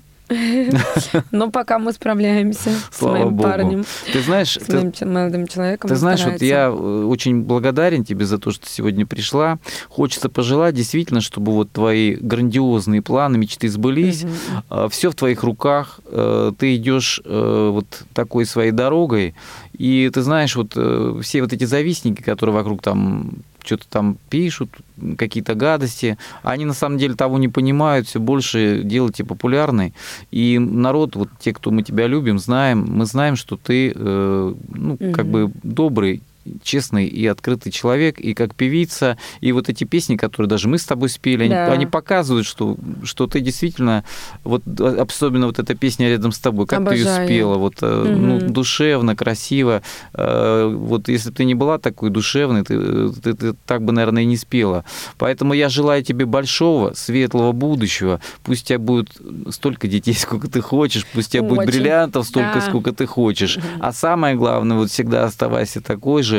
Но пока мы справляемся с моим парнем, ты знаешь, с моим молодым человеком. Ты знаешь, вот я очень благодарен тебе за то, что ты сегодня пришла. Хочется пожелать действительно, чтобы вот твои грандиозные планы, мечты сбылись. Все в твоих руках. Ты идешь вот такой своей дорогой. И ты знаешь, вот все вот эти завистники, которые вокруг там что-то там пишут, какие-то гадости, они на самом деле того не понимают, все больше делайте популярной. И народ, вот те, кто мы тебя любим, знаем, мы знаем, что ты, ну, как бы добрый, честный и открытый человек, и как певица, и вот эти песни, которые даже мы с тобой спели, они показывают, что ты действительно, вот особенно вот эта песня «Рядом с тобой», как ты ее спела, вот, ну, душевно, красиво. Вот если бы ты не была такой душевной, ты так бы, наверное, и не спела. Поэтому я желаю тебе большого, светлого будущего. Пусть у тебя будет столько детей, сколько ты хочешь, пусть у тебя будет бриллиантов столько, сколько ты хочешь. А самое главное, вот всегда оставайся такой же,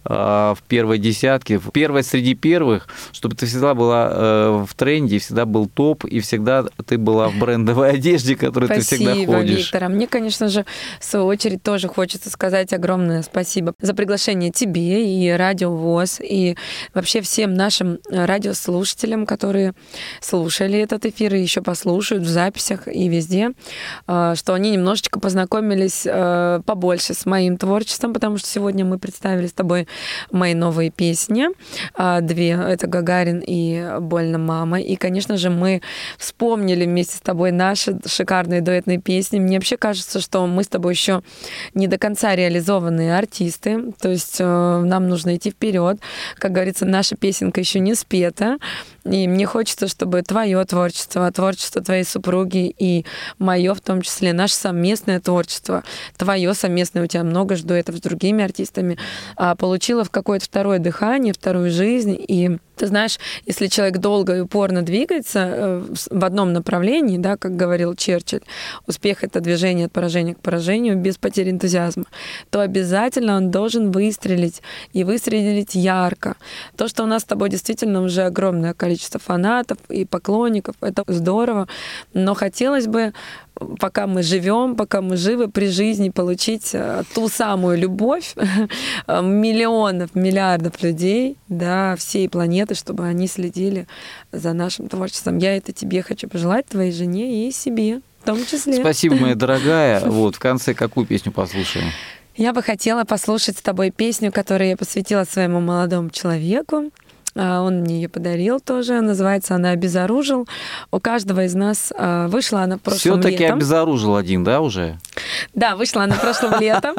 в первой десятке, в первой среди первых, чтобы ты всегда была в тренде, всегда был топ, и всегда ты была в брендовой одежде, в которой ты всегда ходишь. Спасибо, Виктор. Мне, конечно же, в свою очередь тоже хочется сказать огромное спасибо за приглашение тебе и Радио ВОС, и вообще всем нашим радиослушателям, которые слушали этот эфир и еще послушают в записях и везде, что они немножечко познакомились побольше с моим творчеством, потому что сегодня мы представили с тобой мои новые песни. 2. Это «Гагарин» и «Больно, мама». И, конечно же, мы вспомнили вместе с тобой наши шикарные дуэтные песни. Мне вообще кажется, что мы с тобой еще не до конца реализованные артисты. То есть нам нужно идти вперед. Как говорится, наша песенка еще не спета. И мне хочется, чтобы твое творчество, творчество твоей супруги и мое, в том числе, наше совместное творчество, твое совместное, у тебя много дуэтов с другими артистами, получило в какое-то второе дыхание, вторую жизнь. И Ты знаешь, если человек долго и упорно двигается в одном направлении, да, как говорил Черчилль, успех — это движение от поражения к поражению без потери энтузиазма, то обязательно он должен выстрелить, и выстрелить ярко. То, что у нас с тобой действительно уже огромное количество фанатов и поклонников, это здорово, но хотелось бы, пока мы живем, пока мы живы, при жизни получить ту самую любовь миллионов, миллиардов людей, да, всей планеты, чтобы они следили за нашим творчеством. Я это тебе хочу пожелать, твоей жене и себе в том числе. Спасибо, моя дорогая. Вот, в конце какую песню послушаем? Я бы хотела послушать с тобой песню, которую я посвятила своему молодому человеку. Он мне ее подарил тоже. Называется она «Обезоружил». У каждого из нас вышла она прошлым Все-таки летом. обезоружил один, да, уже? Да, вышла она прошлым летом.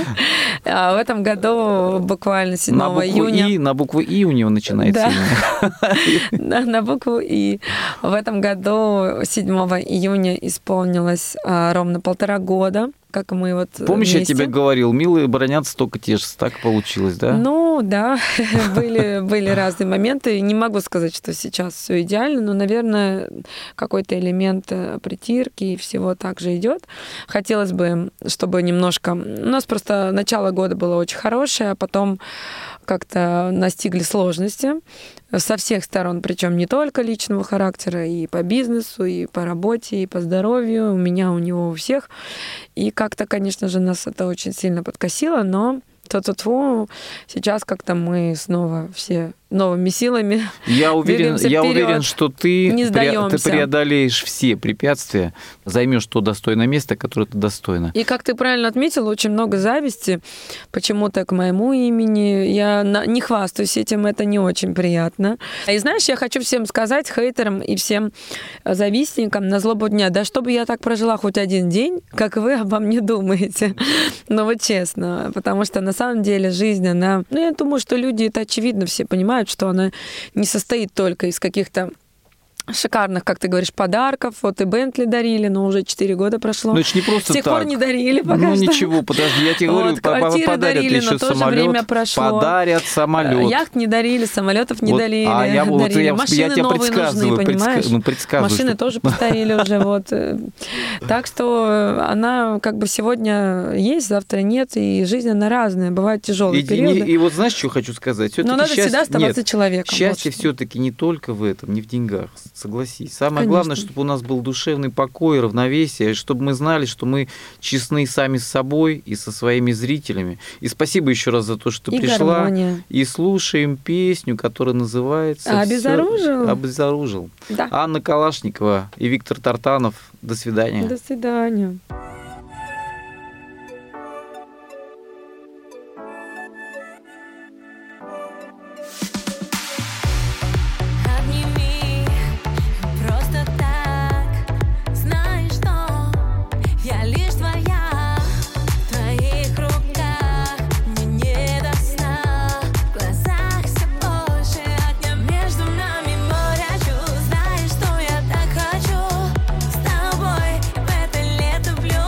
В этом году буквально 7 июня. На букву «И» у него начинается имя. На букву «И». В этом году 7 июня исполнилось ровно 1,5 года, как мы вот Помнишь, вместе. я тебе говорил, милые бронятся, только тешатся. Так получилось, да? Ну, да, были разные моменты. Не могу сказать, что сейчас все идеально, но, наверное, какой-то элемент притирки и всего также идет. Хотелось бы, чтобы немножко... У нас просто начало года было очень хорошее, а потом как-то настигли сложности со всех сторон, причем не только личного характера, и по бизнесу, и по работе, и по здоровью, у меня, у него, у всех. И как-то, конечно же, нас это очень сильно подкосило, но сейчас как-то мы снова все новыми силами Я двигаемся уверен, вперед, что ты не сдаёмся. преодолеешь все препятствия, займешь то достойное место, которое ты достойна. И как ты правильно отметила, очень много зависти почему-то к моему имени. Я не хвастаюсь этим, это не очень приятно. И знаешь, я хочу всем сказать, хейтерам и всем завистникам на злобу дня, да чтобы я так прожила хоть один день, как вы обо мне думаете. Ну вот честно, потому что на самом деле жизнь, она... Ну я думаю, что люди это очевидно все понимают, что она не состоит только из каких-то шикарных, как ты говоришь, подарков. Вот и Бентли дарили, но уже 4 года прошло. Ну, это ж не просто С тех так. пор не дарили пока Ну что. ничего, подожди, я тебе говорю, Вот, квартиры подарят дарили, еще но тоже самолет, время прошло. подарят самолет. Яхт не дарили, самолетов не Вот, дарили. я Машины тебе новые нужны, понимаешь? предсказываю, Машины что- тоже постарели уже. Вот. Так что она как бы сегодня есть, завтра нет, и жизнь она разная. Бывают тяжелые периоды. И вот знаешь, что хочу сказать? Но надо всегда оставаться человеком. Счастье Вот что. все-таки не только в этом, не в деньгах, согласись. Самое Конечно. главное, чтобы у нас был душевный покой, равновесие, чтобы мы знали, что мы честны сами с собой и со своими зрителями. И спасибо еще раз за то, что И пришла. гармония. И слушаем песню, которая называется «Обезоружил». «Обезоружил». Да. Анна Калашникова и Виктор Тартанов. До свидания. До свидания. Обними просто так, знаешь, что я лишь твоя, в твоих руках мне не до сна, в глазах все больше огня, между нами море чувств, знаешь, что я так хочу с тобой в это лето влюбиться.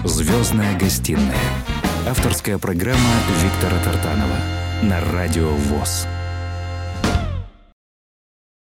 «Звездная гостиная». Авторская программа Виктора Тартанова на Радио ВОС.